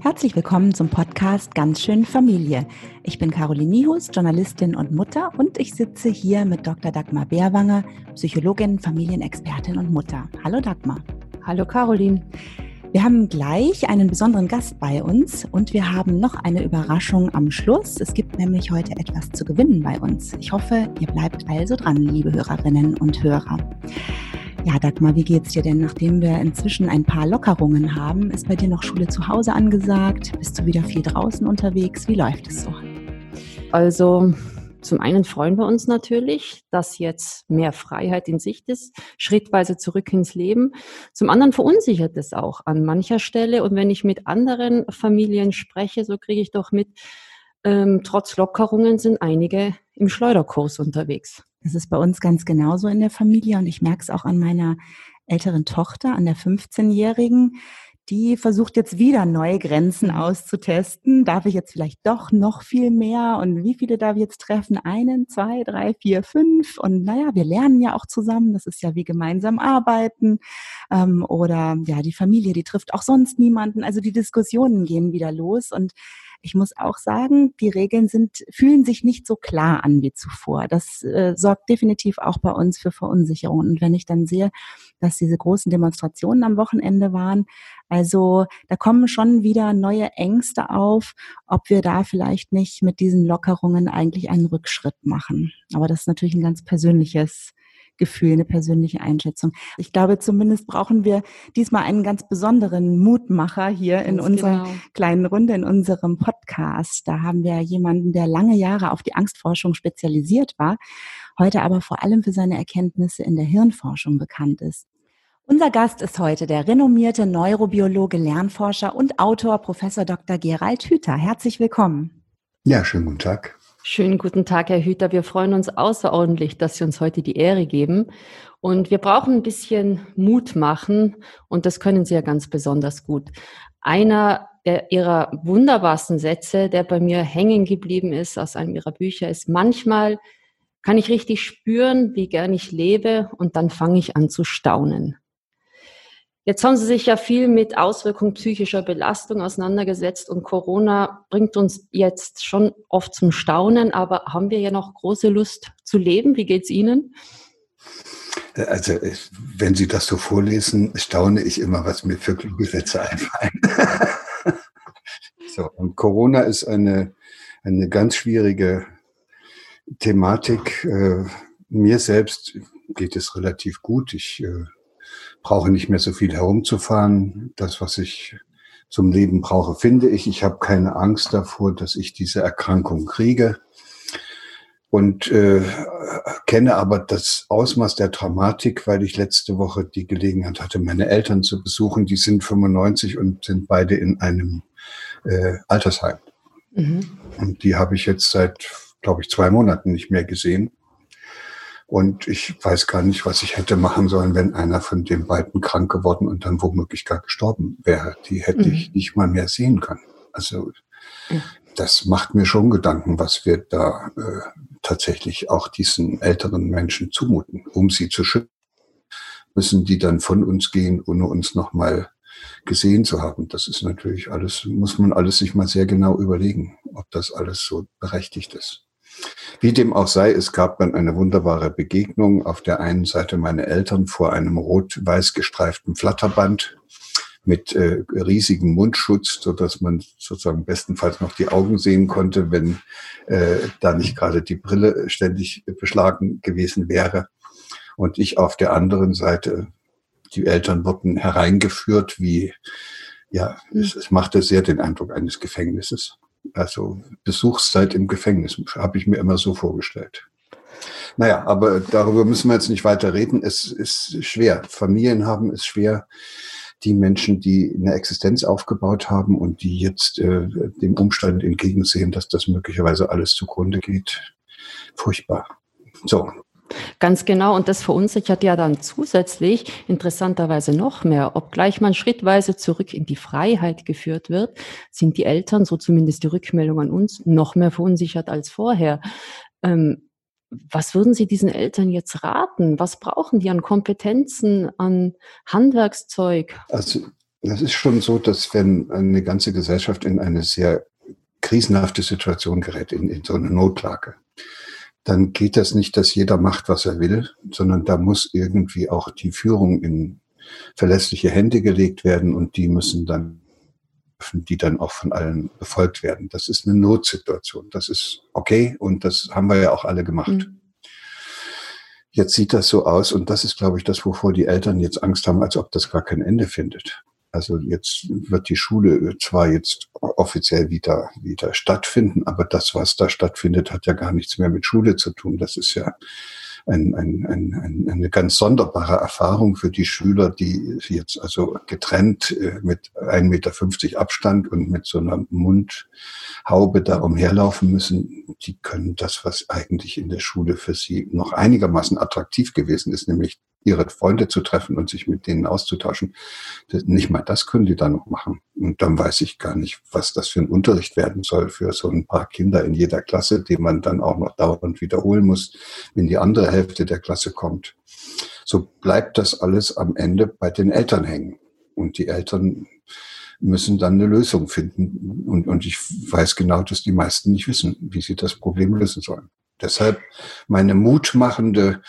Herzlich willkommen zum Podcast Ganz schön Familie. Ich bin Caroline Nihus, Journalistin und Mutter, und ich sitze hier mit Dr. Dagmar Bärwanger, Psychologin, Familienexpertin und Mutter. Hallo Dagmar. Hallo Caroline. Wir haben gleich einen besonderen Gast bei uns und wir haben noch eine Überraschung am Schluss. Es gibt nämlich heute etwas zu gewinnen bei uns. Ich hoffe, ihr bleibt also dran, liebe Hörerinnen und Hörer. Ja, Dagmar, wie geht's dir denn? Nachdem wir inzwischen ein paar Lockerungen haben, ist bei dir noch Schule zu Hause angesagt? Bist du wieder viel draußen unterwegs? Wie läuft es so? Also zum einen freuen wir uns natürlich, dass jetzt mehr Freiheit in Sicht ist, schrittweise zurück ins Leben. Zum anderen verunsichert es auch an mancher Stelle. Und wenn ich mit anderen Familien spreche, so kriege ich doch mit, trotz Lockerungen sind einige im Schleuderkurs unterwegs. Das ist bei uns ganz genauso in der Familie und ich merke es auch an meiner älteren Tochter, an der 15-Jährigen. Die versucht jetzt wieder neue Grenzen auszutesten. Darf ich jetzt vielleicht doch noch viel mehr? Und wie viele darf ich jetzt treffen? 1, 2, 3, 4, 5. Und naja, wir lernen ja auch zusammen. Das ist ja wie gemeinsam arbeiten. Oder ja, die Familie, die trifft auch sonst niemanden. Also die Diskussionen gehen wieder los. Und ich muss auch sagen, die Regeln fühlen sich nicht so klar an wie zuvor. Das sorgt definitiv auch bei uns für Verunsicherung. Und wenn ich dann sehe, dass diese großen Demonstrationen am Wochenende waren, also da kommen schon wieder neue Ängste auf, ob wir da vielleicht nicht mit diesen Lockerungen eigentlich einen Rückschritt machen. Aber das ist natürlich ein ganz persönliches Gefühl, eine persönliche Einschätzung. Ich glaube, zumindest brauchen wir diesmal einen ganz besonderen Mutmacher hier in unserer kleinen Runde, in unserem Podcast. Da haben wir jemanden, der lange Jahre auf die Angstforschung spezialisiert war, heute aber vor allem für seine Erkenntnisse in der Hirnforschung bekannt ist. Unser Gast ist heute der renommierte Neurobiologe, Lernforscher und Autor Professor Dr. Gerald Hüther. Herzlich willkommen. Ja, schönen guten Tag. Schönen guten Tag, Herr Hüther. Wir freuen uns außerordentlich, dass Sie uns heute die Ehre geben. Und wir brauchen ein bisschen Mut machen und das können Sie ja ganz besonders gut. Einer Ihrer wunderbarsten Sätze, der bei mir hängen geblieben ist aus einem Ihrer Bücher, ist: Manchmal kann ich richtig spüren, wie gern ich lebe, und dann fange ich an zu staunen. Jetzt haben Sie sich ja viel mit Auswirkungen psychischer Belastung auseinandergesetzt und Corona bringt uns jetzt schon oft zum Staunen, aber haben wir ja noch große Lust zu leben? Wie geht's Ihnen? Also, wenn Sie das so vorlesen, staune ich immer, was mir für kluge Sätze einfallen. So, und Corona ist eine ganz schwierige Thematik. Mir selbst geht es relativ gut. Ich brauche nicht mehr so viel herumzufahren. Das, was ich zum Leben brauche, finde ich. Ich habe keine Angst davor, dass ich diese Erkrankung kriege. Und kenne aber das Ausmaß der Dramatik, weil ich letzte Woche die Gelegenheit hatte, meine Eltern zu besuchen. Die sind 95 und sind beide in einem Altersheim. Und die habe ich jetzt seit, glaube ich, 2 Monaten nicht mehr gesehen. Und ich weiß gar nicht, was ich hätte machen sollen, wenn einer von den beiden krank geworden und dann womöglich gar gestorben wäre. Die hätte ich nicht mal mehr sehen können. Also das macht mir schon Gedanken, was wir da tatsächlich auch diesen älteren Menschen zumuten. Um sie zu schützen, müssen die dann von uns gehen, ohne uns nochmal gesehen zu haben. Das ist natürlich alles, muss man alles sich mal sehr genau überlegen, ob das alles so berechtigt ist. Wie dem auch sei, es gab dann eine wunderbare Begegnung. Auf der einen Seite meine Eltern vor einem rot-weiß gestreiften Flatterband mit riesigem Mundschutz, sodass man sozusagen bestenfalls noch die Augen sehen konnte, wenn da nicht gerade die Brille ständig beschlagen gewesen wäre. Und ich auf der anderen Seite, die Eltern wurden hereingeführt, es machte sehr den Eindruck eines Gefängnisses. Also Besuchszeit im Gefängnis, habe ich mir immer so vorgestellt. Naja, aber darüber müssen wir jetzt nicht weiter reden. Es ist schwer. Familien haben es schwer. Die Menschen, die eine Existenz aufgebaut haben und die jetzt dem Umstand entgegensehen, dass das möglicherweise alles zugrunde geht. Furchtbar. So. Ganz genau, und das verunsichert ja dann zusätzlich interessanterweise noch mehr. Obgleich man schrittweise zurück in die Freiheit geführt wird, sind die Eltern, so zumindest die Rückmeldung an uns, noch mehr verunsichert als vorher. Was würden Sie diesen Eltern jetzt raten? Was brauchen die an Kompetenzen, an Handwerkszeug? Also Das ist schon so, dass wenn eine ganze Gesellschaft in eine sehr krisenhafte Situation gerät, in so eine Notlage, dann geht das nicht, dass jeder macht, was er will, sondern da muss irgendwie auch die Führung in verlässliche Hände gelegt werden und die dann auch von allen befolgt werden. Das ist eine Notsituation. Das ist okay und das haben wir ja auch alle gemacht. Mhm. Jetzt sieht das so aus und das ist, glaube ich, das, wovor die Eltern jetzt Angst haben, als ob das gar kein Ende findet. Also jetzt wird die Schule zwar jetzt offiziell wieder stattfinden, aber das, was da stattfindet, hat ja gar nichts mehr mit Schule zu tun. Das ist ja eine ganz sonderbare Erfahrung für die Schüler, die jetzt also getrennt mit 1,50 Meter Abstand und mit so einer Mundhaube da umherlaufen müssen. Die können das, was eigentlich in der Schule für sie noch einigermaßen attraktiv gewesen ist, nämlich ihre Freunde zu treffen und sich mit denen auszutauschen. Nicht mal das können die dann noch machen. Und dann weiß ich gar nicht, was das für ein Unterricht werden soll für so ein paar Kinder in jeder Klasse, den man dann auch noch dauernd wiederholen muss, wenn die andere Hälfte der Klasse kommt. So bleibt das alles am Ende bei den Eltern hängen. Und die Eltern müssen dann eine Lösung finden. Und ich weiß genau, dass die meisten nicht wissen, wie sie das Problem lösen sollen. Deshalb meine mutmachende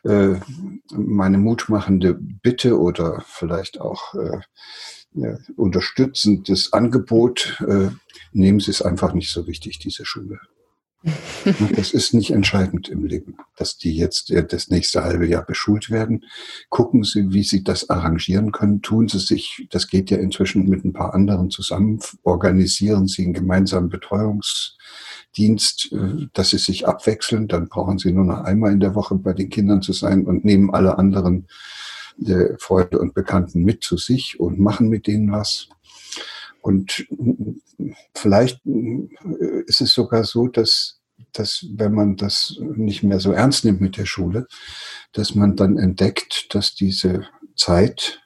Bitte oder vielleicht auch unterstützendes Angebot, nehmen Sie es einfach nicht so wichtig, diese Schule. Das ist nicht entscheidend im Leben, dass die jetzt das nächste halbe Jahr beschult werden. Gucken Sie, wie Sie das arrangieren können. Tun Sie sich, das geht ja inzwischen mit ein paar anderen zusammen, organisieren Sie einen gemeinsamen Betreuungsdienst, dass Sie sich abwechseln. Dann brauchen Sie nur noch einmal in der Woche bei den Kindern zu sein und nehmen alle anderen Freunde und Bekannten mit zu sich und machen mit denen was. Und vielleicht ist es sogar so, dass wenn man das nicht mehr so ernst nimmt mit der Schule, dass man dann entdeckt, dass diese Zeit,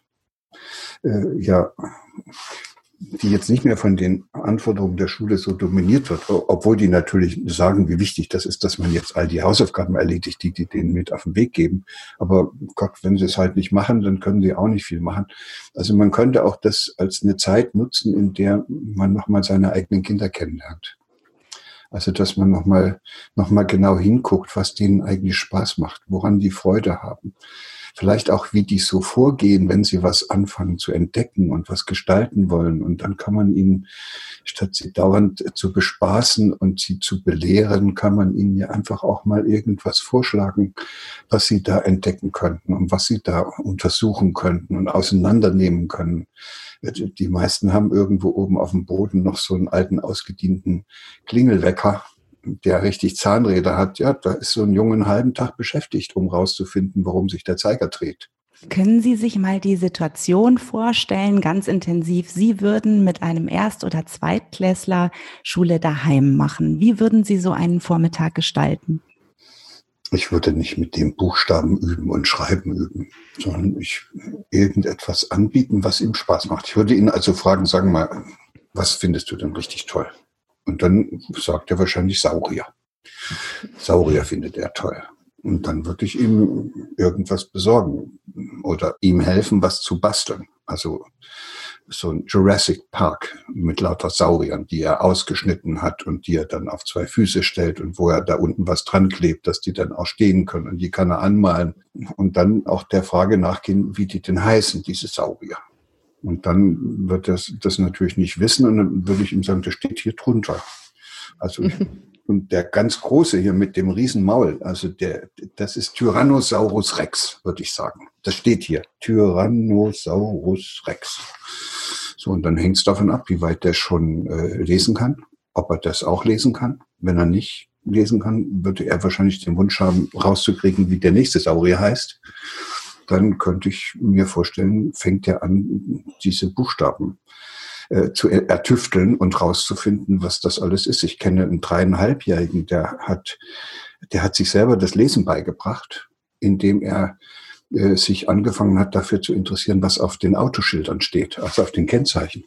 die jetzt nicht mehr von den Anforderungen der Schule so dominiert wird, obwohl die natürlich sagen, wie wichtig das ist, dass man jetzt all die Hausaufgaben erledigt, die denen mit auf den Weg geben. Aber Gott, wenn sie es halt nicht machen, dann können sie auch nicht viel machen. Also man könnte auch das als eine Zeit nutzen, in der man nochmal seine eigenen Kinder kennenlernt. Also dass man nochmal genau hinguckt, was denen eigentlich Spaß macht, woran die Freude haben. Vielleicht auch, wie die so vorgehen, wenn sie was anfangen zu entdecken und was gestalten wollen. Und dann kann man ihnen, statt sie dauernd zu bespaßen und sie zu belehren, kann man ihnen ja einfach auch mal irgendwas vorschlagen, was sie da entdecken könnten und was sie da untersuchen könnten und auseinandernehmen können. Die meisten haben irgendwo oben auf dem Boden noch so einen alten, ausgedienten Klingelwecker, der richtig Zahnräder hat. Ja, da ist so ein Junge einen halben Tag beschäftigt, um rauszufinden, warum sich der Zeiger dreht. Können Sie sich mal die Situation vorstellen, ganz intensiv? Sie würden mit einem Erst- oder Zweitklässler Schule daheim machen. Wie würden Sie so einen Vormittag gestalten? Ich würde nicht mit dem Buchstaben üben und Schreiben üben, sondern irgendetwas anbieten, was ihm Spaß macht. Ich würde ihn also fragen, sagen mal, was findest du denn richtig toll? Und dann sagt er wahrscheinlich Saurier. Saurier findet er toll. Und dann würde ich ihm irgendwas besorgen oder ihm helfen, was zu basteln. Also so ein Jurassic Park mit lauter Sauriern, die er ausgeschnitten hat und die er dann auf 2 Füße stellt und wo er da unten was dran klebt, dass die dann auch stehen können und die kann er anmalen. Und dann auch der Frage nachgehen, wie die denn heißen, diese Saurier. Und dann wird das natürlich nicht wissen und dann würde ich ihm sagen, das steht hier drunter. Also und der ganz Große hier mit dem Riesenmaul, also das ist Tyrannosaurus Rex, würde ich sagen. Das steht hier, Tyrannosaurus Rex. So, und dann hängt es davon ab, wie weit der schon lesen kann, ob er das auch lesen kann. Wenn er nicht lesen kann, würde er wahrscheinlich den Wunsch haben, rauszukriegen, wie der nächste Saurier heißt. Dann könnte ich mir vorstellen, fängt er an, diese Buchstaben zu ertüfteln und rauszufinden, was das alles ist. Ich kenne einen 3,5-Jährigen, der hat sich selber das Lesen beigebracht, indem er sich angefangen hat, dafür zu interessieren, was auf den Autoschildern steht, also auf den Kennzeichen.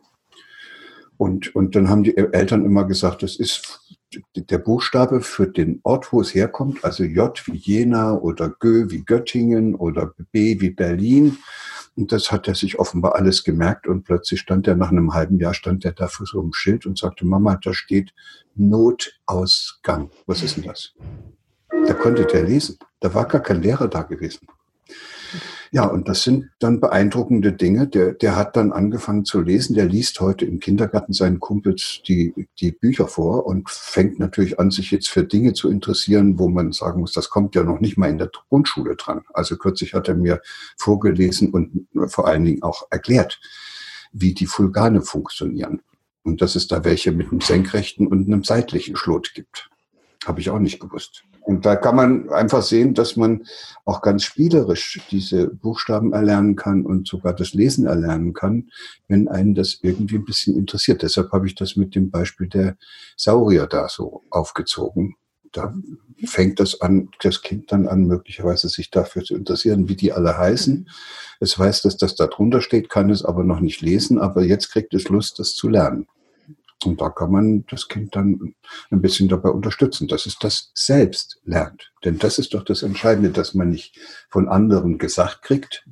Und dann haben die Eltern immer gesagt, das ist der Buchstabe für den Ort, wo es herkommt, also J wie Jena oder Gö wie Göttingen oder B wie Berlin. Und das hat er sich offenbar alles gemerkt und plötzlich stand er nach einem halben Jahr da vor so einem Schild und sagte, Mama, da steht Notausgang. Was ist denn das? Da konnte der lesen. Da war gar kein Lehrer da gewesen. Ja, und das sind dann beeindruckende Dinge. Der hat dann angefangen zu lesen. Der liest heute im Kindergarten seinen Kumpels die Bücher vor und fängt natürlich an, sich jetzt für Dinge zu interessieren, wo man sagen muss, das kommt ja noch nicht mal in der Grundschule dran. Also kürzlich hat er mir vorgelesen und vor allen Dingen auch erklärt, wie die Fulgane funktionieren. Und dass es da welche mit einem senkrechten und einem seitlichen Schlot gibt. Habe ich auch nicht gewusst. Und da kann man einfach sehen, dass man auch ganz spielerisch diese Buchstaben erlernen kann und sogar das Lesen erlernen kann, wenn einen das irgendwie ein bisschen interessiert. Deshalb habe ich das mit dem Beispiel der Saurier da so aufgezogen. Da fängt das Kind dann an, möglicherweise sich dafür zu interessieren, wie die alle heißen. Es weiß, dass das da drunter steht, kann es aber noch nicht lesen, aber jetzt kriegt es Lust, das zu lernen. Und da kann man das Kind dann ein bisschen dabei unterstützen, dass es das selbst lernt. Denn das ist doch das Entscheidende, dass man nicht von anderen gesagt kriegt,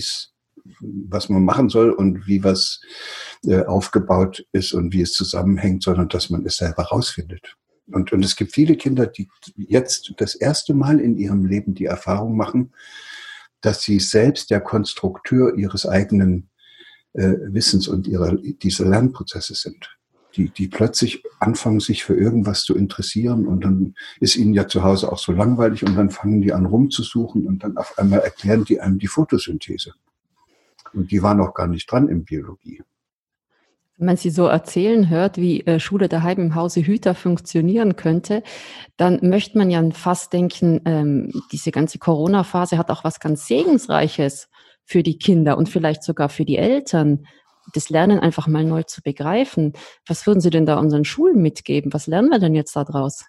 was man machen soll und wie was aufgebaut ist und wie es zusammenhängt, sondern dass man es selber rausfindet. Und es gibt viele Kinder, die jetzt das erste Mal in ihrem Leben die Erfahrung machen, dass sie selbst der Konstrukteur ihres eigenen Wissens und dieser Lernprozesse sind. Die plötzlich anfangen, sich für irgendwas zu interessieren und dann ist ihnen ja zu Hause auch so langweilig und dann fangen die an rumzusuchen und dann auf einmal erklären die einem die Photosynthese. Und die war noch gar nicht dran in Biologie. Wenn man Sie so erzählen hört, wie Schule daheim im Hause Hüter funktionieren könnte, dann möchte man ja fast denken, diese ganze Corona-Phase hat auch was ganz Segensreiches für die Kinder und vielleicht sogar für die Eltern. Das Lernen einfach mal neu zu begreifen. Was würden Sie denn da unseren Schulen mitgeben? Was lernen wir denn jetzt daraus?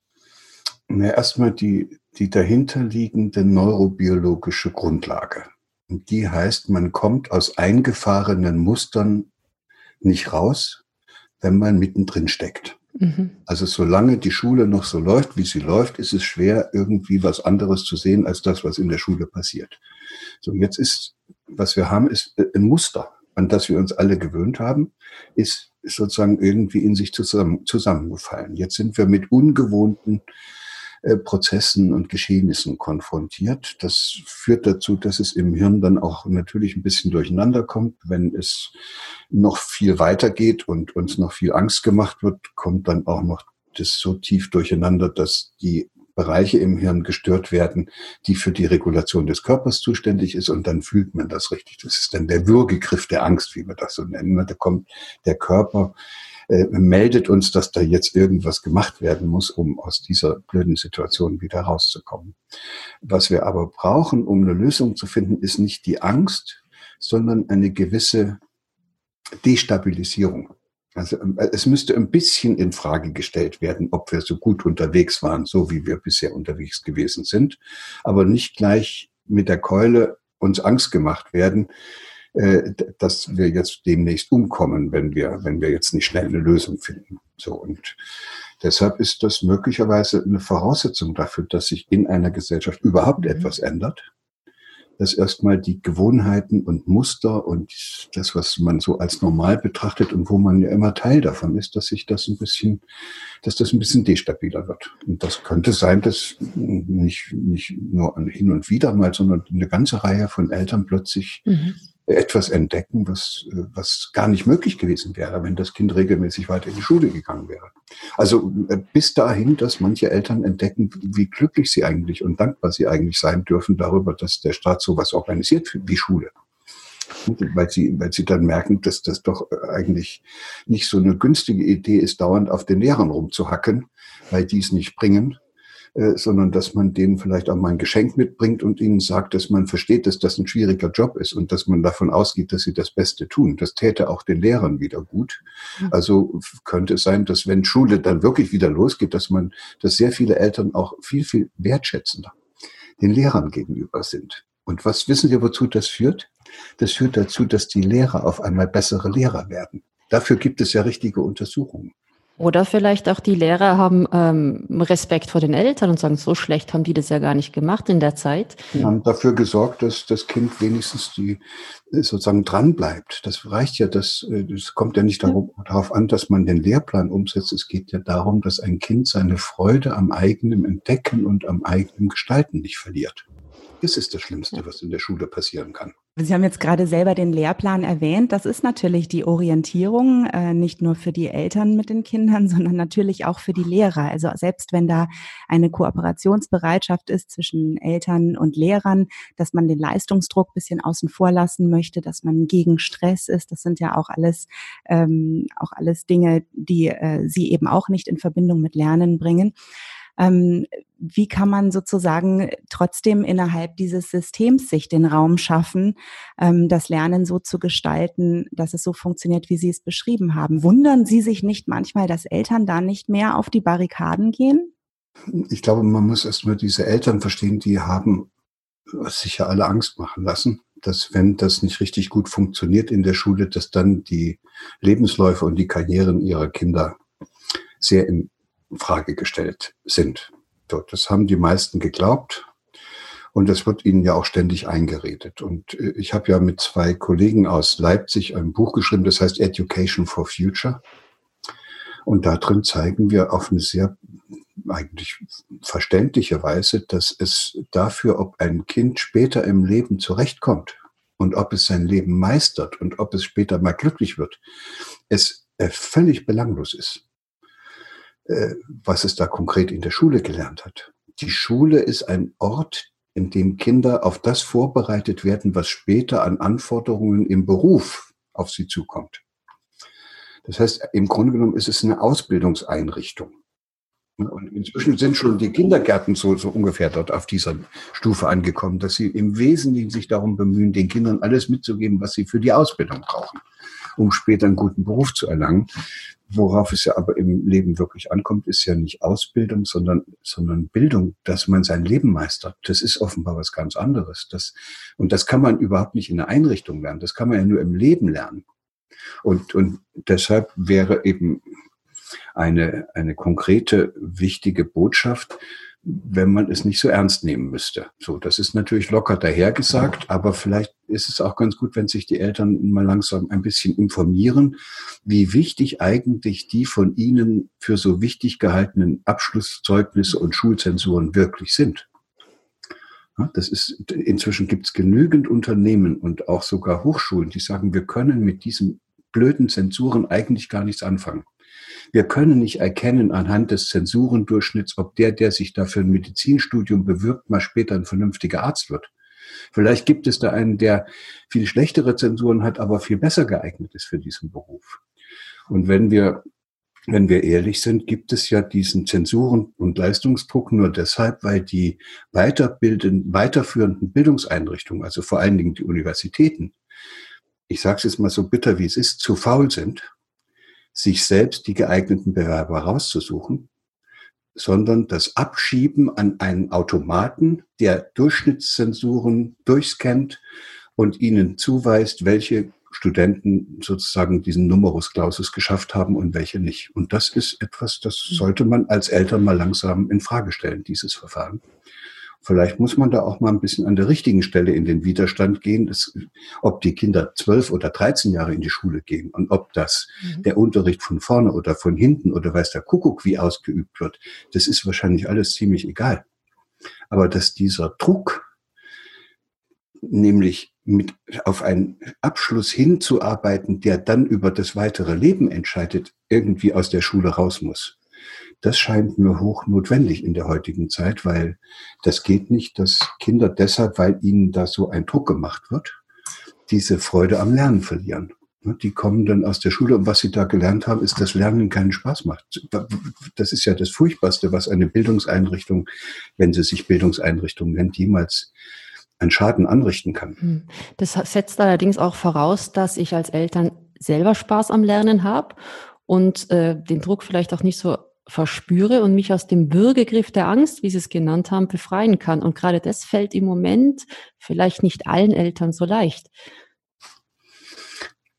Na, erstmal die dahinterliegende neurobiologische Grundlage. Und die heißt, man kommt aus eingefahrenen Mustern nicht raus, wenn man mittendrin steckt. Mhm. Also solange die Schule noch so läuft, wie sie läuft, ist es schwer, irgendwie was anderes zu sehen, als das, was in der Schule passiert. So, jetzt was wir haben, ist ein Muster, an das wir uns alle gewöhnt haben, ist sozusagen irgendwie in sich zusammengefallen. Jetzt sind wir mit ungewohnten Prozessen und Geschehnissen konfrontiert. Das führt dazu, dass es im Hirn dann auch natürlich ein bisschen durcheinander kommt. Wenn es noch viel weitergeht und uns noch viel Angst gemacht wird, kommt dann auch noch das so tief durcheinander, dass die Bereiche im Hirn gestört werden, die für die Regulation des Körpers zuständig ist und dann fühlt man das richtig. Das ist dann der Würgegriff der Angst, wie wir das so nennen. Da kommt der Körper, meldet uns, dass da jetzt irgendwas gemacht werden muss, um aus dieser blöden Situation wieder rauszukommen. Was wir aber brauchen, um eine Lösung zu finden, ist nicht die Angst, sondern eine gewisse Destabilisierung. Also es müsste ein bisschen in Frage gestellt werden, ob wir so gut unterwegs waren, so wie wir bisher unterwegs gewesen sind, aber nicht gleich mit der Keule uns Angst gemacht werden, dass wir jetzt demnächst umkommen, wenn wir jetzt nicht schnell eine Lösung finden. So, und deshalb ist das möglicherweise eine Voraussetzung dafür, dass sich in einer Gesellschaft überhaupt etwas ändert, dass erstmal die Gewohnheiten und Muster und das, was man so als normal betrachtet und wo man ja immer Teil davon ist, dass das ein bisschen destabiler wird. Und das könnte sein, dass nicht nur hin und wieder mal, sondern eine ganze Reihe von Eltern plötzlich etwas entdecken, was gar nicht möglich gewesen wäre, wenn das Kind regelmäßig weiter in die Schule gegangen wäre. Also bis dahin, dass manche Eltern entdecken, wie glücklich sie eigentlich und dankbar sie eigentlich sein dürfen darüber, dass der Staat sowas organisiert wie Schule. Weil sie dann merken, dass das doch eigentlich nicht so eine günstige Idee ist, dauernd auf den Lehrern rumzuhacken, weil die es nicht bringen, sondern dass man denen vielleicht auch mal ein Geschenk mitbringt und ihnen sagt, dass man versteht, dass das ein schwieriger Job ist und dass man davon ausgeht, dass sie das Beste tun. Das täte auch den Lehrern wieder gut. Also könnte es sein, dass wenn Schule dann wirklich wieder losgeht, dass sehr viele Eltern auch viel, viel wertschätzender den Lehrern gegenüber sind. Und was wissen Sie, wozu das führt? Das führt dazu, dass die Lehrer auf einmal bessere Lehrer werden. Dafür gibt es ja richtige Untersuchungen. Oder vielleicht auch die Lehrer haben Respekt vor den Eltern und sagen, so schlecht haben die das ja gar nicht gemacht in der Zeit. Wir haben dafür gesorgt, dass das Kind wenigstens sozusagen dran bleibt. Das reicht ja, das kommt ja nicht darauf an, dass man den Lehrplan umsetzt. Es geht ja darum, dass ein Kind seine Freude am eigenen Entdecken und am eigenen Gestalten nicht verliert. Das ist das Schlimmste, was in der Schule passieren kann. Sie haben jetzt gerade selber den Lehrplan erwähnt. Das ist natürlich die Orientierung, nicht nur für die Eltern mit den Kindern, sondern natürlich auch für die Lehrer. Also selbst wenn da eine Kooperationsbereitschaft ist zwischen Eltern und Lehrern, dass man den Leistungsdruck ein bisschen außen vor lassen möchte, dass man gegen Stress ist, das sind ja auch alles Dinge, die Sie eben auch nicht in Verbindung mit Lernen bringen. Wie kann man sozusagen trotzdem innerhalb dieses Systems sich den Raum schaffen, das Lernen so zu gestalten, dass es so funktioniert, wie Sie es beschrieben haben? Wundern Sie sich nicht manchmal, dass Eltern da nicht mehr auf die Barrikaden gehen? Ich glaube, man muss erstmal diese Eltern verstehen, die haben sich ja alle Angst machen lassen, dass wenn das nicht richtig gut funktioniert in der Schule, dass dann die Lebensläufe und die Karrieren ihrer Kinder sehr in Frage gestellt sind. Das haben die meisten geglaubt und das wird ihnen ja auch ständig eingeredet. Und ich habe ja mit 2 Kollegen aus Leipzig ein Buch geschrieben, das heißt Education for Future. Und da drin zeigen wir auf eine sehr eigentlich verständliche Weise, dass es dafür, ob ein Kind später im Leben zurechtkommt und ob es sein Leben meistert und ob es später mal glücklich wird, es völlig belanglos ist, was es da konkret in der Schule gelernt hat. Die Schule ist ein Ort, in dem Kinder auf das vorbereitet werden, was später an Anforderungen im Beruf auf sie zukommt. Das heißt, im Grunde genommen ist es eine Ausbildungseinrichtung. Und inzwischen sind schon die Kindergärten so ungefähr dort auf dieser Stufe angekommen, dass sie im Wesentlichen sich darum bemühen, den Kindern alles mitzugeben, was sie für die Ausbildung brauchen, um später einen guten Beruf zu erlangen. Worauf es ja aber im Leben wirklich ankommt, ist ja nicht Ausbildung, sondern Bildung, dass man sein Leben meistert. Das ist offenbar was ganz anderes. Und das kann man überhaupt nicht in einer Einrichtung lernen. Das kann man ja nur im Leben lernen. Und deshalb wäre eben eine konkrete, wichtige Botschaft, wenn man es nicht so ernst nehmen müsste. So, das ist natürlich locker dahergesagt, aber vielleicht ist es auch ganz gut, wenn sich die Eltern mal langsam ein bisschen informieren, wie wichtig eigentlich die von ihnen für so wichtig gehaltenen Abschlusszeugnisse und Schulzensuren wirklich sind. Ja, inzwischen gibt es genügend Unternehmen und auch sogar Hochschulen, die sagen, wir können mit diesen blöden Zensuren eigentlich gar nichts anfangen. Wir können nicht erkennen anhand des Zensurendurchschnitts, ob der sich da für ein Medizinstudium bewirbt, mal später ein vernünftiger Arzt wird. Vielleicht gibt es da einen, der viel schlechtere Zensuren hat, aber viel besser geeignet ist für diesen Beruf. Und wenn wir ehrlich sind, gibt es ja diesen Zensuren- und Leistungsdruck nur deshalb, weil die weiterführenden Bildungseinrichtungen, also vor allen Dingen die Universitäten, ich sage es jetzt mal so bitter, wie es ist, zu faul sind, sich selbst die geeigneten Bewerber rauszusuchen, sondern das Abschieben an einen Automaten, der Durchschnittszensuren durchscannt und ihnen zuweist, welche Studenten sozusagen diesen Numerus Clausus geschafft haben und welche nicht. Und das ist etwas, das sollte man als Eltern mal langsam in Frage stellen, dieses Verfahren. Vielleicht muss man da auch mal ein bisschen an der richtigen Stelle in den Widerstand gehen, ob die Kinder 12 oder 13 Jahre in die Schule gehen und ob das der Unterricht von vorne oder von hinten oder weiß der Kuckuck wie ausgeübt wird, das ist wahrscheinlich alles ziemlich egal. Aber dass dieser Druck, nämlich auf einen Abschluss hinzuarbeiten, der dann über das weitere Leben entscheidet, irgendwie aus der Schule raus muss. Das scheint mir hochnotwendig in der heutigen Zeit, weil das geht nicht, dass Kinder deshalb, weil ihnen da so ein Druck gemacht wird, diese Freude am Lernen verlieren. Die kommen dann aus der Schule und was sie da gelernt haben, ist, dass Lernen keinen Spaß macht. Das ist ja das Furchtbarste, was eine Bildungseinrichtung, wenn sie sich Bildungseinrichtung nennt, jemals einen Schaden anrichten kann. Das setzt allerdings auch voraus, dass ich als Eltern selber Spaß am Lernen habe und den Druck vielleicht auch nicht so verspüre und mich aus dem Würgegriff der Angst, wie Sie es genannt haben, befreien kann. Und gerade das fällt im Moment vielleicht nicht allen Eltern so leicht.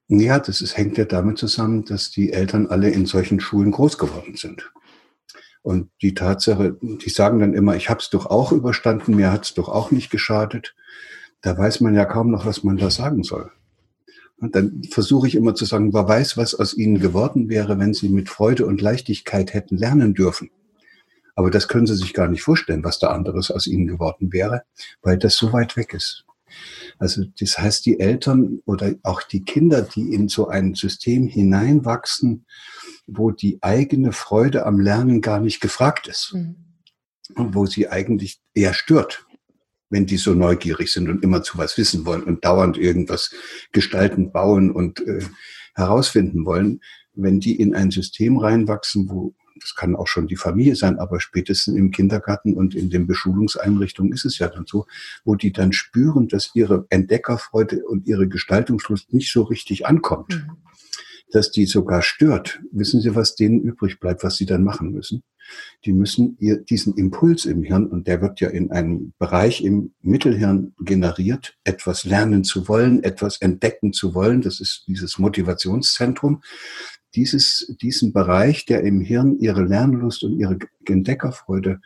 Ja, hängt ja damit zusammen, dass die Eltern alle in solchen Schulen groß geworden sind. Und die Tatsache, die sagen dann immer, ich habe es doch auch überstanden, mir hat es doch auch nicht geschadet. Da weiß man ja kaum noch, was man da sagen soll. Und dann versuche ich immer zu sagen, wer weiß, was aus ihnen geworden wäre, wenn sie mit Freude und Leichtigkeit hätten lernen dürfen. Aber das können sie sich gar nicht vorstellen, was da anderes aus ihnen geworden wäre, weil das so weit weg ist. Also das heißt, die Eltern oder auch die Kinder, die in so ein System hineinwachsen, wo die eigene Freude am Lernen gar nicht gefragt ist und wo sie eigentlich eher stört, wenn die so neugierig sind und immer zu was wissen wollen und dauernd irgendwas gestalten, bauen und herausfinden wollen, wenn die in ein System reinwachsen, wo, das kann auch schon die Familie sein, aber spätestens im Kindergarten und in den Beschulungseinrichtungen ist es ja dann so, wo die dann spüren, dass ihre Entdeckerfreude und ihre Gestaltungslust nicht so richtig ankommt, dass die sogar stört. Wissen Sie, was denen übrig bleibt, was sie dann machen müssen? Die müssen diesen Impuls im Hirn, und der wird ja in einem Bereich im Mittelhirn generiert, etwas lernen zu wollen, etwas entdecken zu wollen, das ist dieses Motivationszentrum, diesen Bereich, der im Hirn ihre Lernlust und ihre Entdeckerfreude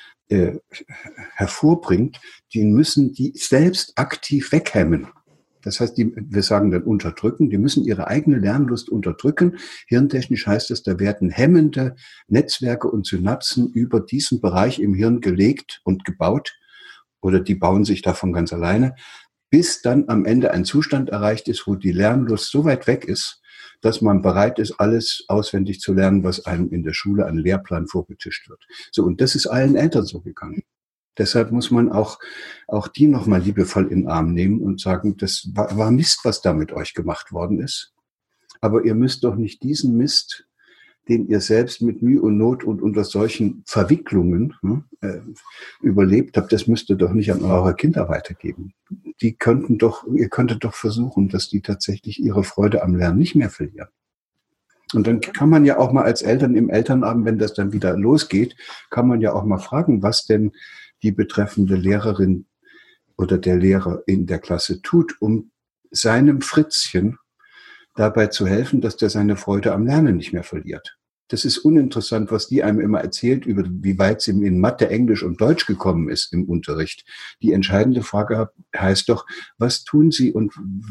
hervorbringt, den müssen die selbst aktiv weghemmen. Das heißt, wir sagen dann unterdrücken, die müssen ihre eigene Lernlust unterdrücken. Hirntechnisch heißt es, da werden hemmende Netzwerke und Synapsen über diesen Bereich im Hirn gelegt und gebaut, oder die bauen sich davon ganz alleine, bis dann am Ende ein Zustand erreicht ist, wo die Lernlust so weit weg ist, dass man bereit ist, alles auswendig zu lernen, was einem in der Schule an Lehrplan vorgetischt wird. So, und das ist allen Eltern so gegangen. Deshalb muss man auch die nochmal liebevoll in den Arm nehmen und sagen, das war Mist, was da mit euch gemacht worden ist. Aber ihr müsst doch nicht diesen Mist, den ihr selbst mit Mühe und Not und unter solchen Verwicklungen überlebt habt, das müsst ihr doch nicht an eure Kinder weitergeben. Ihr könntet doch versuchen, dass die tatsächlich ihre Freude am Lernen nicht mehr verlieren. Und dann kann man ja auch mal als Eltern im Elternabend, wenn das dann wieder losgeht, kann man ja auch mal fragen, was denn die betreffende Lehrerin oder der Lehrer in der Klasse tut, um seinem Fritzchen dabei zu helfen, dass der seine Freude am Lernen nicht mehr verliert. Das ist uninteressant, was die einem immer erzählt, über wie weit sie in Mathe, Englisch und Deutsch gekommen ist im Unterricht. Die entscheidende Frage heißt doch, was tun Sie und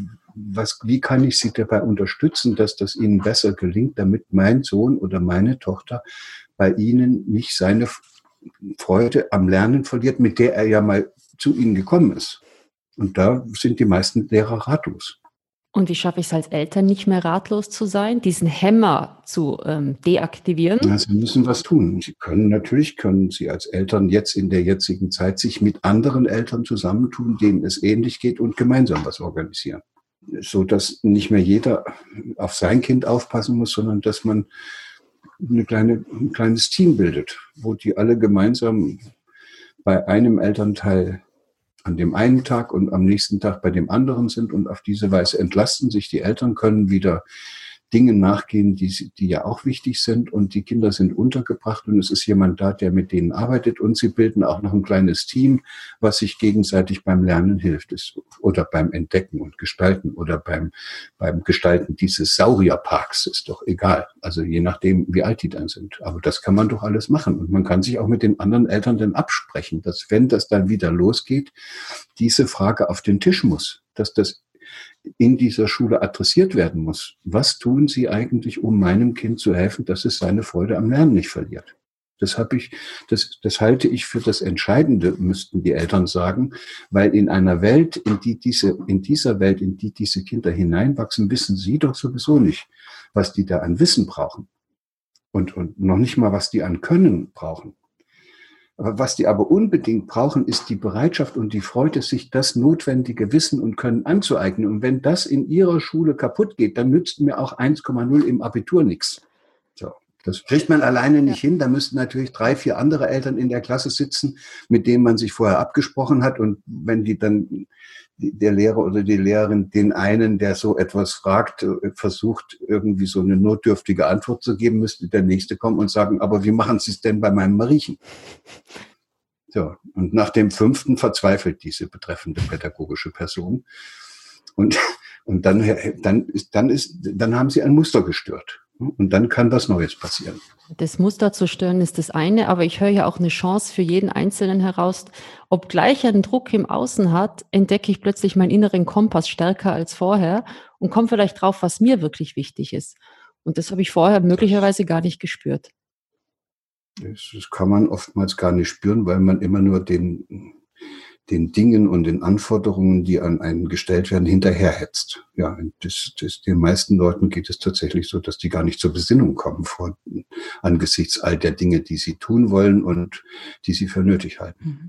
wie kann ich Sie dabei unterstützen, dass das Ihnen besser gelingt, damit mein Sohn oder meine Tochter bei Ihnen nicht seine Freude am Lernen verliert, mit der er ja mal zu Ihnen gekommen ist. Und da sind die meisten Lehrer ratlos. Und wie schaffe ich es als Eltern, nicht mehr ratlos zu sein, diesen Hämmer zu deaktivieren? Ja, Sie müssen was tun. Natürlich können Sie als Eltern jetzt in der jetzigen Zeit sich mit anderen Eltern zusammentun, denen es ähnlich geht und gemeinsam was organisieren. So dass nicht mehr jeder auf sein Kind aufpassen muss, sondern dass man ein kleines Team bildet, wo die alle gemeinsam bei einem Elternteil an dem einen Tag und am nächsten Tag bei dem anderen sind, und auf diese Weise entlasten sich die Eltern, können wieder Dingen nachgehen, die ja auch wichtig sind, und die Kinder sind untergebracht und es ist jemand da, der mit denen arbeitet, und sie bilden auch noch ein kleines Team, was sich gegenseitig beim Lernen hilft, oder beim Entdecken und Gestalten oder beim Gestalten dieses Saurierparks, ist doch egal. Also je nachdem, wie alt die dann sind. Aber das kann man doch alles machen, und man kann sich auch mit den anderen Eltern dann absprechen, dass, wenn das dann wieder losgeht, diese Frage auf den Tisch muss, dass das in dieser Schule adressiert werden muss. Was tun Sie eigentlich, um meinem Kind zu helfen, dass es seine Freude am Lernen nicht verliert? Das halte ich für das Entscheidende, müssten die Eltern sagen, weil in einer Welt, in die diese Kinder hineinwachsen, wissen sie doch sowieso nicht, was die da an Wissen brauchen und noch nicht mal, was die an Können brauchen. Was die aber unbedingt brauchen, ist die Bereitschaft und die Freude, sich das notwendige Wissen und Können anzueignen. Und wenn das in ihrer Schule kaputt geht, dann nützt mir auch 1,0 im Abitur nichts. So, das kriegt man alleine nicht hin. Da müssten natürlich 3, 4 andere Eltern in der Klasse sitzen, mit denen man sich vorher abgesprochen hat. Und wenn die dann der Lehrer oder die Lehrerin den einen, der so etwas fragt, versucht, irgendwie so eine notdürftige Antwort zu geben, müsste der Nächste kommen und sagen, aber wie machen Sie es denn bei meinem Mariechen? So, und nach dem 5. verzweifelt diese betreffende pädagogische Person und Und dann haben sie ein Muster gestört. Und dann kann was Neues passieren. Das Muster zu stören ist das eine, aber ich höre ja auch eine Chance für jeden Einzelnen heraus. Obgleich er einen Druck im Außen hat, entdecke ich plötzlich meinen inneren Kompass stärker als vorher und komme vielleicht drauf, was mir wirklich wichtig ist. Und das habe ich vorher möglicherweise gar nicht gespürt. Das kann man oftmals gar nicht spüren, weil man immer nur den Dingen und den Anforderungen, die an einen gestellt werden, hinterherhetzt. Ja, den meisten Leuten geht es tatsächlich so, dass die gar nicht zur Besinnung kommen angesichts all der Dinge, die sie tun wollen und die sie für nötig halten. Mhm.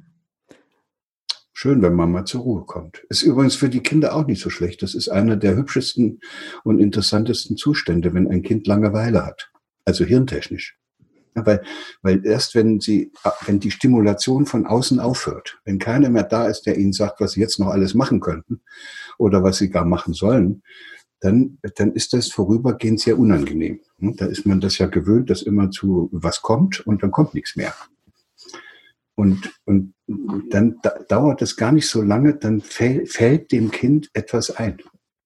Schön, wenn man mal zur Ruhe kommt. Ist übrigens für die Kinder auch nicht so schlecht. Das ist einer der hübschesten und interessantesten Zustände, wenn ein Kind Langeweile hat. Also hirntechnisch. Ja, weil erst wenn die Stimulation von außen aufhört, wenn keiner mehr da ist, der ihnen sagt, was sie jetzt noch alles machen könnten oder was sie gar machen sollen, dann ist das vorübergehend sehr unangenehm. Da ist man das ja gewöhnt, dass immer zu was kommt und dann kommt nichts mehr. Und dann dauert es gar nicht so lange, dann fällt dem Kind etwas ein.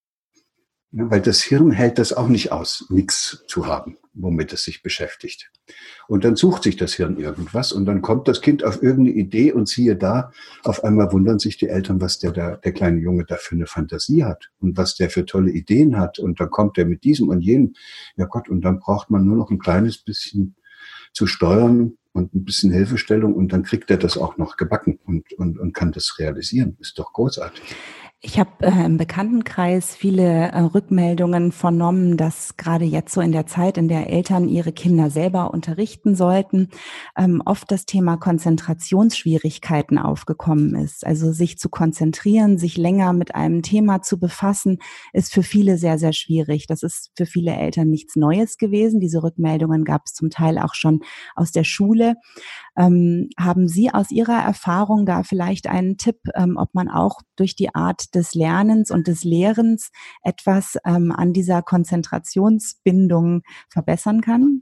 Ja, weil das Hirn hält das auch nicht aus, nichts zu haben, womit es sich beschäftigt. Und dann sucht sich das Hirn irgendwas und dann kommt das Kind auf irgendeine Idee und siehe da, auf einmal wundern sich die Eltern, was der kleine Junge da für eine Fantasie hat und was der für tolle Ideen hat. Und dann kommt er mit diesem und jenem. Ja Gott, und dann braucht man nur noch ein kleines bisschen zu steuern und ein bisschen Hilfestellung und dann kriegt er das auch noch gebacken und kann das realisieren. Ist doch großartig. Ich habe im Bekanntenkreis viele Rückmeldungen vernommen, dass gerade jetzt so in der Zeit, in der Eltern ihre Kinder selber unterrichten sollten, oft das Thema Konzentrationsschwierigkeiten aufgekommen ist. Also sich zu konzentrieren, sich länger mit einem Thema zu befassen, ist für viele sehr, sehr schwierig. Das ist für viele Eltern nichts Neues gewesen. Diese Rückmeldungen gab es zum Teil auch schon aus der Schule. Haben Sie aus Ihrer Erfahrung da vielleicht einen Tipp, ob man auch durch die Art des Lernens und des Lehrens etwas an dieser Konzentrationsbindung verbessern kann?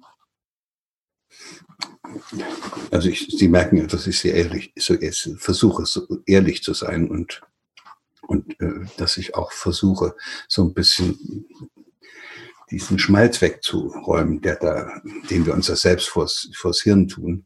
Also Sie merken ja, dass ich versuche, so ehrlich zu sein und dass ich auch versuche, so ein bisschen diesen Schmalz wegzuräumen, den wir uns ja selbst vors Hirn tun.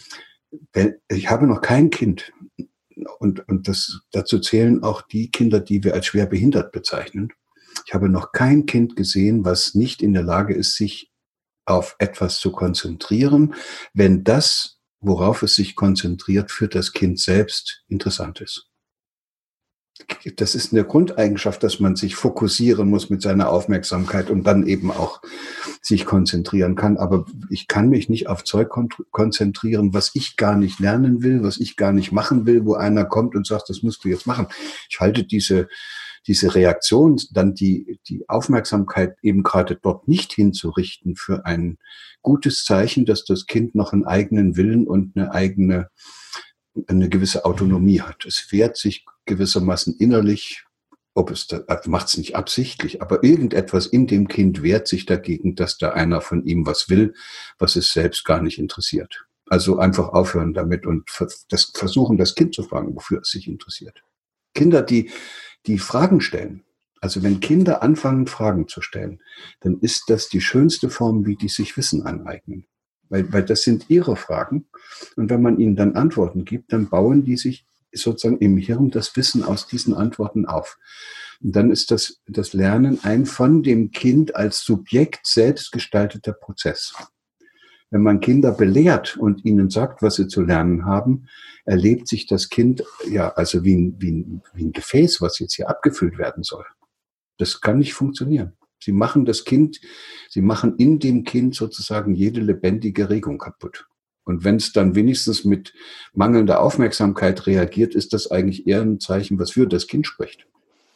Ich habe noch kein Kind und dazu zählen auch die Kinder, die wir als schwer behindert bezeichnen. Ich habe noch kein Kind gesehen, was nicht in der Lage ist, sich auf etwas zu konzentrieren, wenn das, worauf es sich konzentriert, für das Kind selbst interessant ist. Das ist eine Grundeigenschaft, dass man sich fokussieren muss mit seiner Aufmerksamkeit und dann eben auch sich konzentrieren kann. Aber ich kann mich nicht auf Zeug konzentrieren, was ich gar nicht lernen will, was ich gar nicht machen will, wo einer kommt und sagt, das musst du jetzt machen. Ich halte diese Reaktion, dann die Aufmerksamkeit eben gerade dort nicht hinzurichten, für ein gutes Zeichen, dass das Kind noch einen eigenen Willen und eine gewisse Autonomie hat. Es wehrt sich gewissermaßen innerlich, macht es nicht absichtlich, aber irgendetwas in dem Kind wehrt sich dagegen, dass da einer von ihm was will, was es selbst gar nicht interessiert. Also einfach aufhören damit und versuchen, das Kind zu fragen, wofür es sich interessiert. Kinder, die Fragen stellen, also wenn Kinder anfangen, Fragen zu stellen, dann ist das die schönste Form, wie die sich Wissen aneignen. Weil das sind ihre Fragen. Und wenn man ihnen dann Antworten gibt, dann bauen die sich sozusagen im Hirn das Wissen aus diesen Antworten auf. Und dann ist das Lernen ein von dem Kind als Subjekt selbst gestalteter Prozess. Wenn man Kinder belehrt und ihnen sagt, was sie zu lernen haben, erlebt sich das Kind ja also wie ein Gefäß, was jetzt hier abgefüllt werden soll. Das kann nicht funktionieren. Sie machen in dem Kind sozusagen jede lebendige Regung kaputt. Und wenn es dann wenigstens mit mangelnder Aufmerksamkeit reagiert, ist das eigentlich eher ein Zeichen, was für das Kind spricht.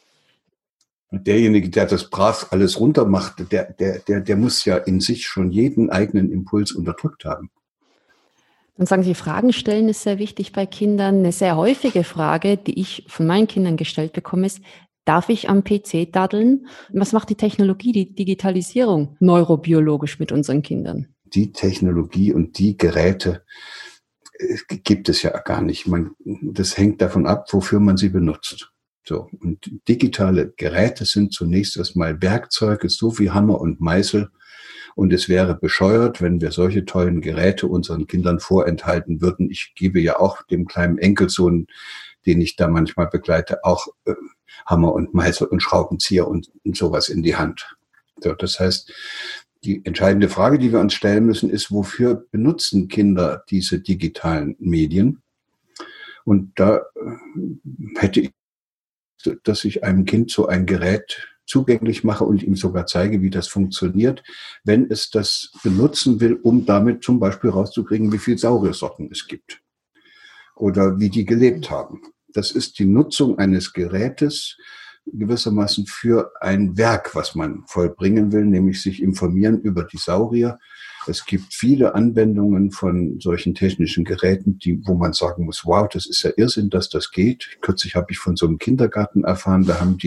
Und derjenige, der das brav alles runter macht, der muss ja in sich schon jeden eigenen Impuls unterdrückt haben. Dann sagen Sie, Fragen stellen ist sehr wichtig bei Kindern. Eine sehr häufige Frage, die ich von meinen Kindern gestellt bekomme, ist: Darf ich am PC daddeln? Was macht die Technologie, die Digitalisierung neurobiologisch mit unseren Kindern? Die Technologie und die Geräte gibt es ja gar nicht. Das hängt davon ab, wofür man sie benutzt. So, und digitale Geräte sind zunächst erstmal Werkzeuge, so wie Hammer und Meißel. Und es wäre bescheuert, wenn wir solche tollen Geräte unseren Kindern vorenthalten würden. Ich gebe ja auch dem kleinen Enkelsohn, den ich da manchmal begleite, auch Hammer und Meißel und Schraubenzieher und sowas in die Hand. So, das heißt, die entscheidende Frage, die wir uns stellen müssen, ist, wofür benutzen Kinder diese digitalen Medien? Und da hätte ich, dass ich einem Kind so ein Gerät zugänglich mache und ihm sogar zeige, wie das funktioniert, wenn es das benutzen will, um damit zum Beispiel rauszukriegen, wie viele Sauriersorten es gibt oder wie die gelebt haben. Das ist die Nutzung eines Gerätes gewissermaßen für ein Werk, was man vollbringen will, nämlich sich informieren über die Saurier. Es gibt viele Anwendungen von solchen technischen Geräten, wo man sagen muss, wow, das ist ja Irrsinn, dass das geht. Kürzlich habe ich von so einem Kindergarten erfahren, da haben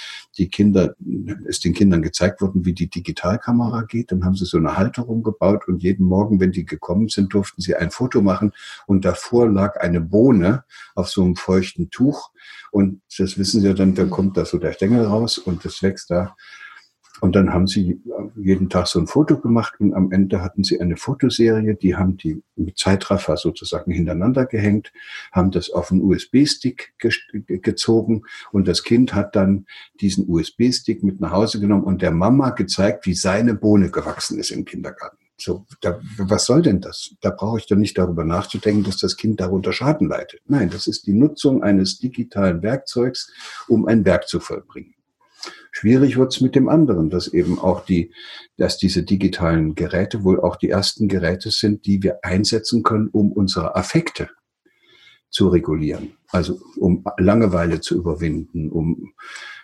ist den Kindern gezeigt worden, wie die Digitalkamera geht. Dann haben sie so eine Halterung gebaut und jeden Morgen, wenn die gekommen sind, durften sie ein Foto machen und davor lag eine Bohne auf so einem feuchten Tuch und das wissen sie ja dann, da kommt da so der Stängel raus und das wächst da. Und dann haben sie jeden Tag so ein Foto gemacht und am Ende hatten sie eine Fotoserie, die haben die mit Zeitraffer sozusagen hintereinander gehängt, haben das auf einen USB-Stick gezogen und das Kind hat dann diesen USB-Stick mit nach Hause genommen und der Mama gezeigt, wie seine Bohne gewachsen ist im Kindergarten. So, was soll denn das? Da brauche ich doch nicht darüber nachzudenken, dass das Kind darunter Schaden leidet. Nein, das ist die Nutzung eines digitalen Werkzeugs, um ein Werk zu vollbringen. Schwierig wird's mit dem anderen, dass eben auch dass diese digitalen Geräte wohl auch die ersten Geräte sind, die wir einsetzen können, um unsere Affekte zu regulieren. Also um Langeweile zu überwinden, um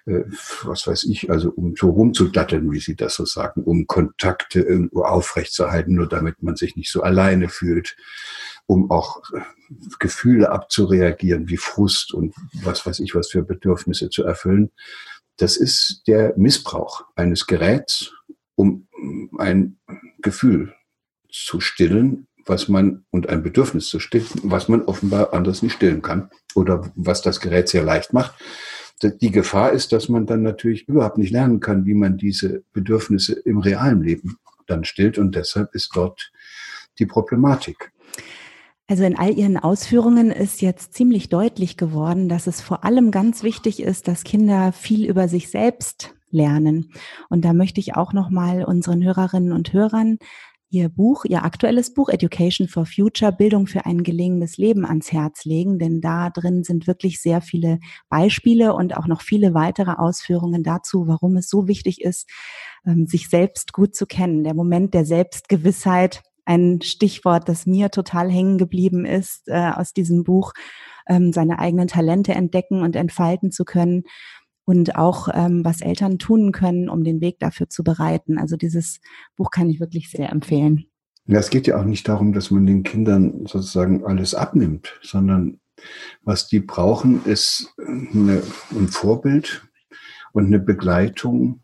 was weiß ich, also um so rumzudatteln, wie Sie das so sagen, um Kontakte irgendwo aufrechtzuerhalten, nur damit man sich nicht so alleine fühlt, um auch Gefühle abzureagieren, wie Frust und was weiß ich, was für Bedürfnisse zu erfüllen. Das ist der Missbrauch eines Geräts, um ein Gefühl zu stillen, und ein Bedürfnis zu stillen, was man offenbar anders nicht stillen kann oder was das Gerät sehr leicht macht. Die Gefahr ist, dass man dann natürlich überhaupt nicht lernen kann, wie man diese Bedürfnisse im realen Leben dann stillt und deshalb ist dort die Problematik. Also in all Ihren Ausführungen ist jetzt ziemlich deutlich geworden, dass es vor allem ganz wichtig ist, dass Kinder viel über sich selbst lernen. Und da möchte ich auch nochmal unseren Hörerinnen und Hörern Ihr aktuelles Buch Education for Future, Bildung für ein gelingendes Leben ans Herz legen, denn da drin sind wirklich sehr viele Beispiele und auch noch viele weitere Ausführungen dazu, warum es so wichtig ist, sich selbst gut zu kennen. Der Moment der Selbstgewissheit, ein Stichwort, das mir total hängen geblieben ist aus diesem Buch, seine eigenen Talente entdecken und entfalten zu können und auch was Eltern tun können, um den Weg dafür zu bereiten. Also dieses Buch kann ich wirklich sehr empfehlen. Ja, es geht ja auch nicht darum, dass man den Kindern sozusagen alles abnimmt, sondern was die brauchen, ist ein Vorbild und eine Begleitung,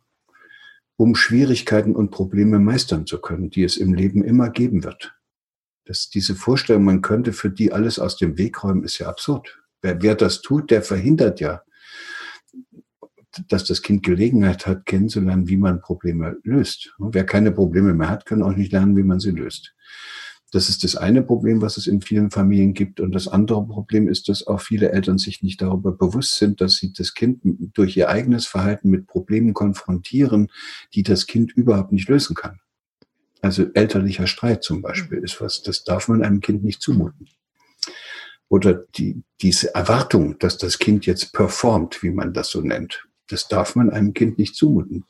um Schwierigkeiten und Probleme meistern zu können, die es im Leben immer geben wird. Diese Vorstellung, man könnte für die alles aus dem Weg räumen, ist ja absurd. Wer das tut, der verhindert ja, dass das Kind Gelegenheit hat, kennenzulernen, wie man Probleme löst. Wer keine Probleme mehr hat, kann auch nicht lernen, wie man sie löst. Das ist das eine Problem, was es in vielen Familien gibt. Und das andere Problem ist, dass auch viele Eltern sich nicht darüber bewusst sind, dass sie das Kind durch ihr eigenes Verhalten mit Problemen konfrontieren, die das Kind überhaupt nicht lösen kann. Also elterlicher Streit zum Beispiel ist was, das darf man einem Kind nicht zumuten. Oder diese Erwartung, dass das Kind jetzt performt, wie man das so nennt, das darf man einem Kind nicht zumuten.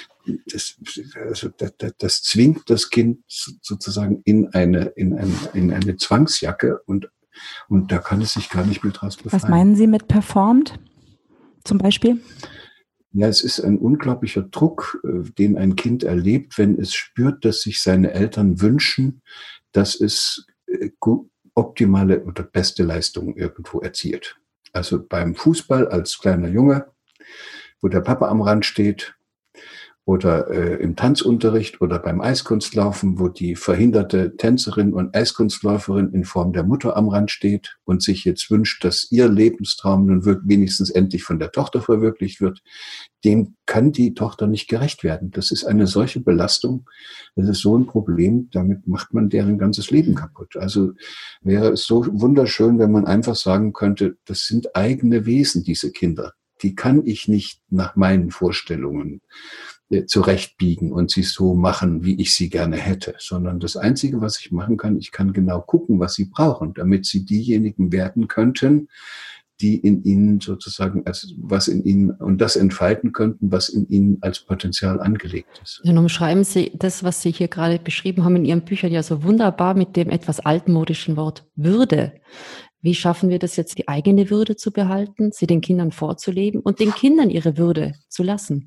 Das zwingt das Kind sozusagen in eine Zwangsjacke und da kann es sich gar nicht mehr draus befreien. Was meinen Sie mit performt zum Beispiel? Ja, es ist ein unglaublicher Druck, den ein Kind erlebt, wenn es spürt, dass sich seine Eltern wünschen, dass es optimale oder beste Leistungen irgendwo erzielt. Also beim Fußball als kleiner Junge, wo der Papa am Rand steht oder im Tanzunterricht oder beim Eiskunstlaufen, wo die verhinderte Tänzerin und Eiskunstläuferin in Form der Mutter am Rand steht und sich jetzt wünscht, dass ihr Lebenstraum nun wenigstens endlich von der Tochter verwirklicht wird, dem kann die Tochter nicht gerecht werden. Das ist eine solche Belastung, das ist so ein Problem, damit macht man deren ganzes Leben kaputt. Also wäre es so wunderschön, wenn man einfach sagen könnte, das sind eigene Wesen, diese Kinder. Die kann ich nicht nach meinen Vorstellungen zurechtbiegen und sie so machen, wie ich sie gerne hätte, sondern das Einzige, was ich machen kann, ich kann genau gucken, was sie brauchen, damit sie diejenigen werden könnten, die in ihnen sozusagen was in ihnen und das entfalten könnten, was in ihnen als Potenzial angelegt ist. Dann umschreiben Sie das, was Sie hier gerade beschrieben haben in Ihren Büchern ja so wunderbar mit dem etwas altmodischen Wort Würde. Wie schaffen wir das jetzt, die eigene Würde zu behalten, sie den Kindern vorzuleben und den Kindern ihre Würde zu lassen?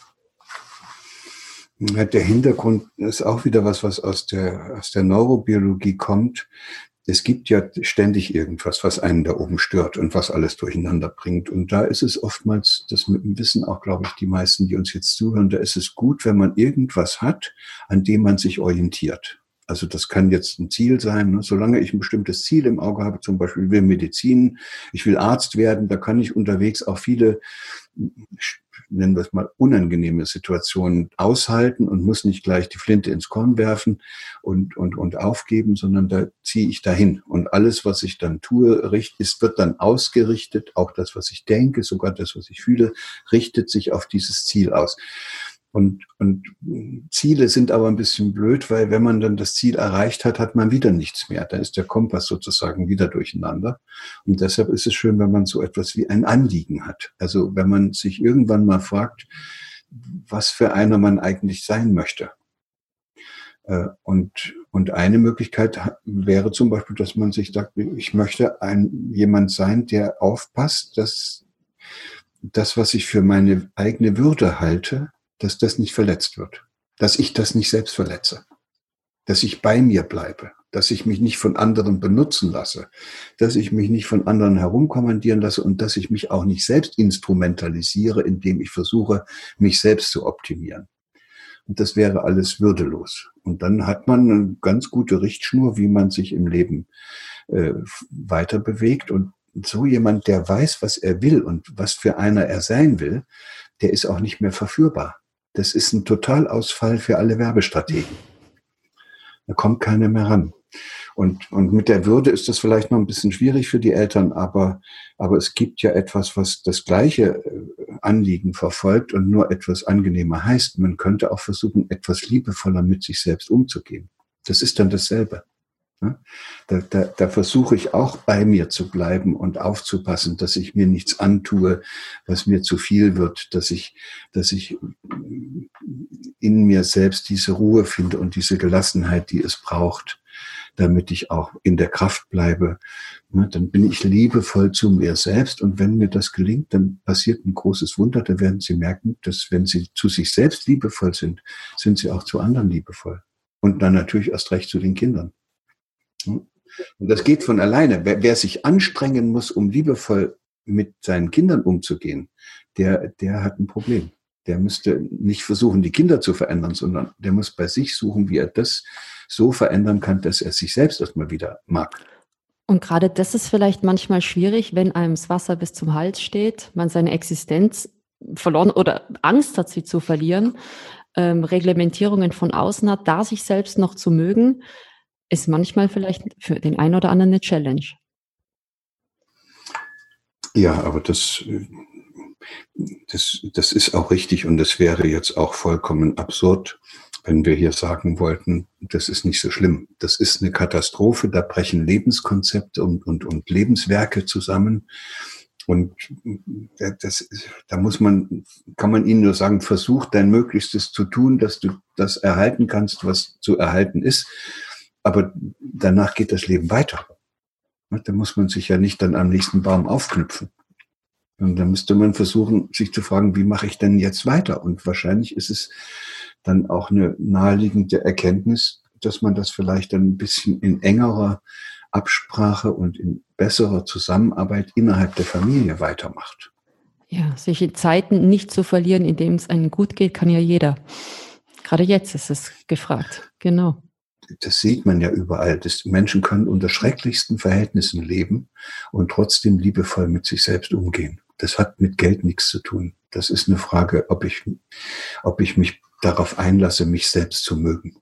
Der Hintergrund ist auch wieder was aus der Neurobiologie kommt. Es gibt ja ständig irgendwas, was einen da oben stört und was alles durcheinander bringt. Und da ist es oftmals, das wissen auch, glaube ich, die meisten, die uns jetzt zuhören, da ist es gut, wenn man irgendwas hat, an dem man sich orientiert. Also das kann jetzt ein Ziel sein, ne? Solange ich ein bestimmtes Ziel im Auge habe, zum Beispiel ich will Medizin, ich will Arzt werden, da kann ich unterwegs auch viele, nennen wir es mal, unangenehme Situationen aushalten und muss nicht gleich die Flinte ins Korn werfen und aufgeben, sondern da ziehe ich dahin. Und alles, was ich dann tue, wird dann ausgerichtet, auch das, was ich denke, sogar das, was ich fühle, richtet sich auf dieses Ziel aus. Und Ziele sind aber ein bisschen blöd, weil wenn man dann das Ziel erreicht hat, hat man wieder nichts mehr. Da ist der Kompass sozusagen wieder durcheinander. Und deshalb ist es schön, wenn man so etwas wie ein Anliegen hat. Also wenn man sich irgendwann mal fragt, was für einer man eigentlich sein möchte. Und eine Möglichkeit wäre zum Beispiel, dass man sich sagt, ich möchte jemand sein, der aufpasst, dass das, was ich für meine eigene Würde halte, dass das nicht verletzt wird, dass ich das nicht selbst verletze, dass ich bei mir bleibe, dass ich mich nicht von anderen benutzen lasse, dass ich mich nicht von anderen herumkommandieren lasse und dass ich mich auch nicht selbst instrumentalisiere, indem ich versuche, mich selbst zu optimieren. Und das wäre alles würdelos. Und dann hat man eine ganz gute Richtschnur, wie man sich im Leben weiter bewegt. Und so jemand, der weiß, was er will und was für einer er sein will, der ist auch nicht mehr verführbar. Das ist ein Totalausfall für alle Werbestrategien. Da kommt keiner mehr ran. Und mit der Würde ist das vielleicht noch ein bisschen schwierig für die Eltern, aber es gibt ja etwas, was das gleiche Anliegen verfolgt und nur etwas angenehmer heißt. Man könnte auch versuchen, etwas liebevoller mit sich selbst umzugehen. Das ist dann dasselbe. Da versuche ich auch bei mir zu bleiben und aufzupassen, dass ich mir nichts antue, was mir zu viel wird, dass ich in mir selbst diese Ruhe finde und diese Gelassenheit, die es braucht, damit ich auch in der Kraft bleibe. Dann bin ich liebevoll zu mir selbst und wenn mir das gelingt, dann passiert ein großes Wunder. Da werden Sie merken, dass wenn Sie zu sich selbst liebevoll sind, sind Sie auch zu anderen liebevoll. Und dann natürlich erst recht zu den Kindern. Und das geht von alleine. Wer sich anstrengen muss, um liebevoll mit seinen Kindern umzugehen, der hat ein Problem. Der müsste nicht versuchen, die Kinder zu verändern, sondern der muss bei sich suchen, wie er das so verändern kann, dass er sich selbst erstmal wieder mag. Und gerade das ist vielleicht manchmal schwierig, wenn einem das Wasser bis zum Hals steht, man seine Existenz verloren oder Angst hat, sie zu verlieren, Reglementierungen von außen hat, da sich selbst noch zu mögen, ist manchmal vielleicht für den einen oder anderen eine Challenge. Ja, aber das ist auch richtig und das wäre jetzt auch vollkommen absurd, wenn wir hier sagen wollten, das ist nicht so schlimm. Das ist eine Katastrophe, da brechen Lebenskonzepte und Lebenswerke zusammen. Und kann man ihnen nur sagen, versuch dein Möglichstes zu tun, dass du das erhalten kannst, was zu erhalten ist. Aber danach geht das Leben weiter. Da muss man sich ja nicht dann am nächsten Baum aufknüpfen. Und da müsste man versuchen, sich zu fragen, wie mache ich denn jetzt weiter? Und wahrscheinlich ist es dann auch eine naheliegende Erkenntnis, dass man das vielleicht dann ein bisschen in engerer Absprache und in besserer Zusammenarbeit innerhalb der Familie weitermacht. Ja, solche Zeiten nicht zu verlieren, in denen es einem gut geht, kann ja jeder. Gerade jetzt ist es gefragt. Genau. Das sieht man ja überall. Menschen können unter schrecklichsten Verhältnissen leben und trotzdem liebevoll mit sich selbst umgehen. Das hat mit Geld nichts zu tun. Das ist eine Frage, ob ich mich darauf einlasse, mich selbst zu mögen.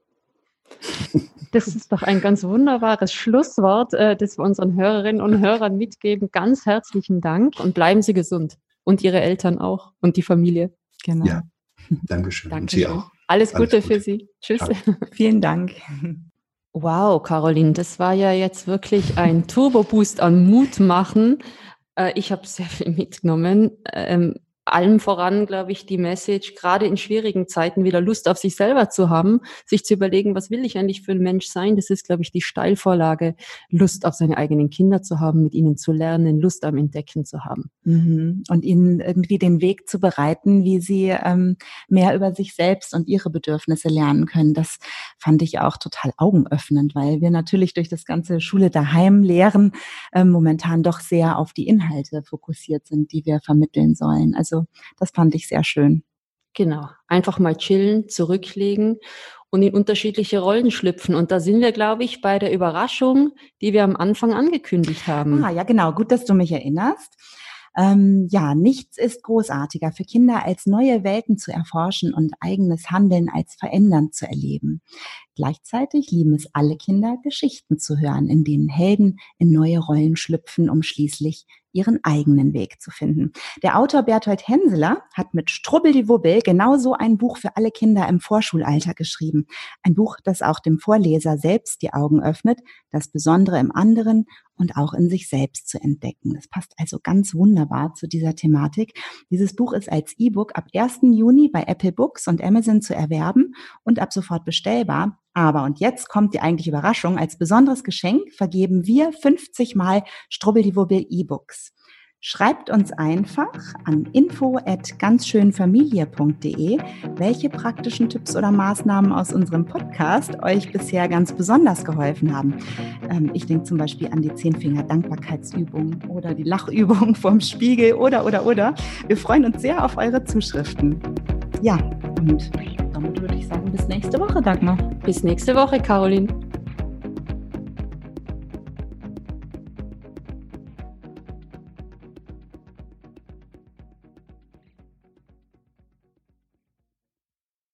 Das ist doch ein ganz wunderbares Schlusswort, das wir unseren Hörerinnen und Hörern mitgeben. Ganz herzlichen Dank und bleiben Sie gesund. Und Ihre Eltern auch und die Familie. Genau. Ja, Dankeschön. Und Sie auch. Alles Gute für Sie. Tschüss. Ciao. Vielen Dank. Wow, Caroline, das war ja jetzt wirklich ein Turbo-Boost an Mut machen. Ich habe sehr viel mitgenommen. Allem voran, glaube ich, die Message, gerade in schwierigen Zeiten wieder Lust auf sich selber zu haben, sich zu überlegen, was will ich eigentlich für ein Mensch sein? Das ist, glaube ich, die Steilvorlage, Lust auf seine eigenen Kinder zu haben, mit ihnen zu lernen, Lust am Entdecken zu haben. Und ihnen irgendwie den Weg zu bereiten, wie sie mehr über sich selbst und ihre Bedürfnisse lernen können. Das fand ich auch total augenöffnend, weil wir natürlich durch das ganze Schule daheim Lehren momentan doch sehr auf die Inhalte fokussiert sind, die wir vermitteln sollen. Also das fand ich sehr schön. Genau, einfach mal chillen, zurücklegen und in unterschiedliche Rollen schlüpfen. Und da sind wir, glaube ich, bei der Überraschung, die wir am Anfang angekündigt haben. Ja, genau, gut, dass du mich erinnerst. Nichts ist großartiger für Kinder, als neue Welten zu erforschen und eigenes Handeln als verändernd zu erleben. Gleichzeitig lieben es alle Kinder, Geschichten zu hören, in denen Helden in neue Rollen schlüpfen, um schließlich ihren eigenen Weg zu finden. Der Autor Berthold Henseler hat mit Strubbeldiwubbel genauso ein Buch für alle Kinder im Vorschulalter geschrieben. Ein Buch, das auch dem Vorleser selbst die Augen öffnet, das Besondere im anderen und auch in sich selbst zu entdecken. Das passt also ganz wunderbar zu dieser Thematik. Dieses Buch ist als E-Book ab 1. Juni bei Apple Books und Amazon zu erwerben und ab sofort bestellbar. Aber, und jetzt kommt die eigentliche Überraschung, als besonderes Geschenk vergeben wir 50 Mal Strubbeldiwubbel E-Books. Schreibt uns einfach an info@ganzschönfamilie.de, welche praktischen Tipps oder Maßnahmen aus unserem Podcast euch bisher ganz besonders geholfen haben. Ich denke zum Beispiel an die 10-Finger-Dankbarkeitsübung oder die Lachübung vorm Spiegel oder. Wir freuen uns sehr auf eure Zuschriften. Ja, und damit würde ich sagen, bis nächste Woche, Dagmar. Bis nächste Woche, Caroline.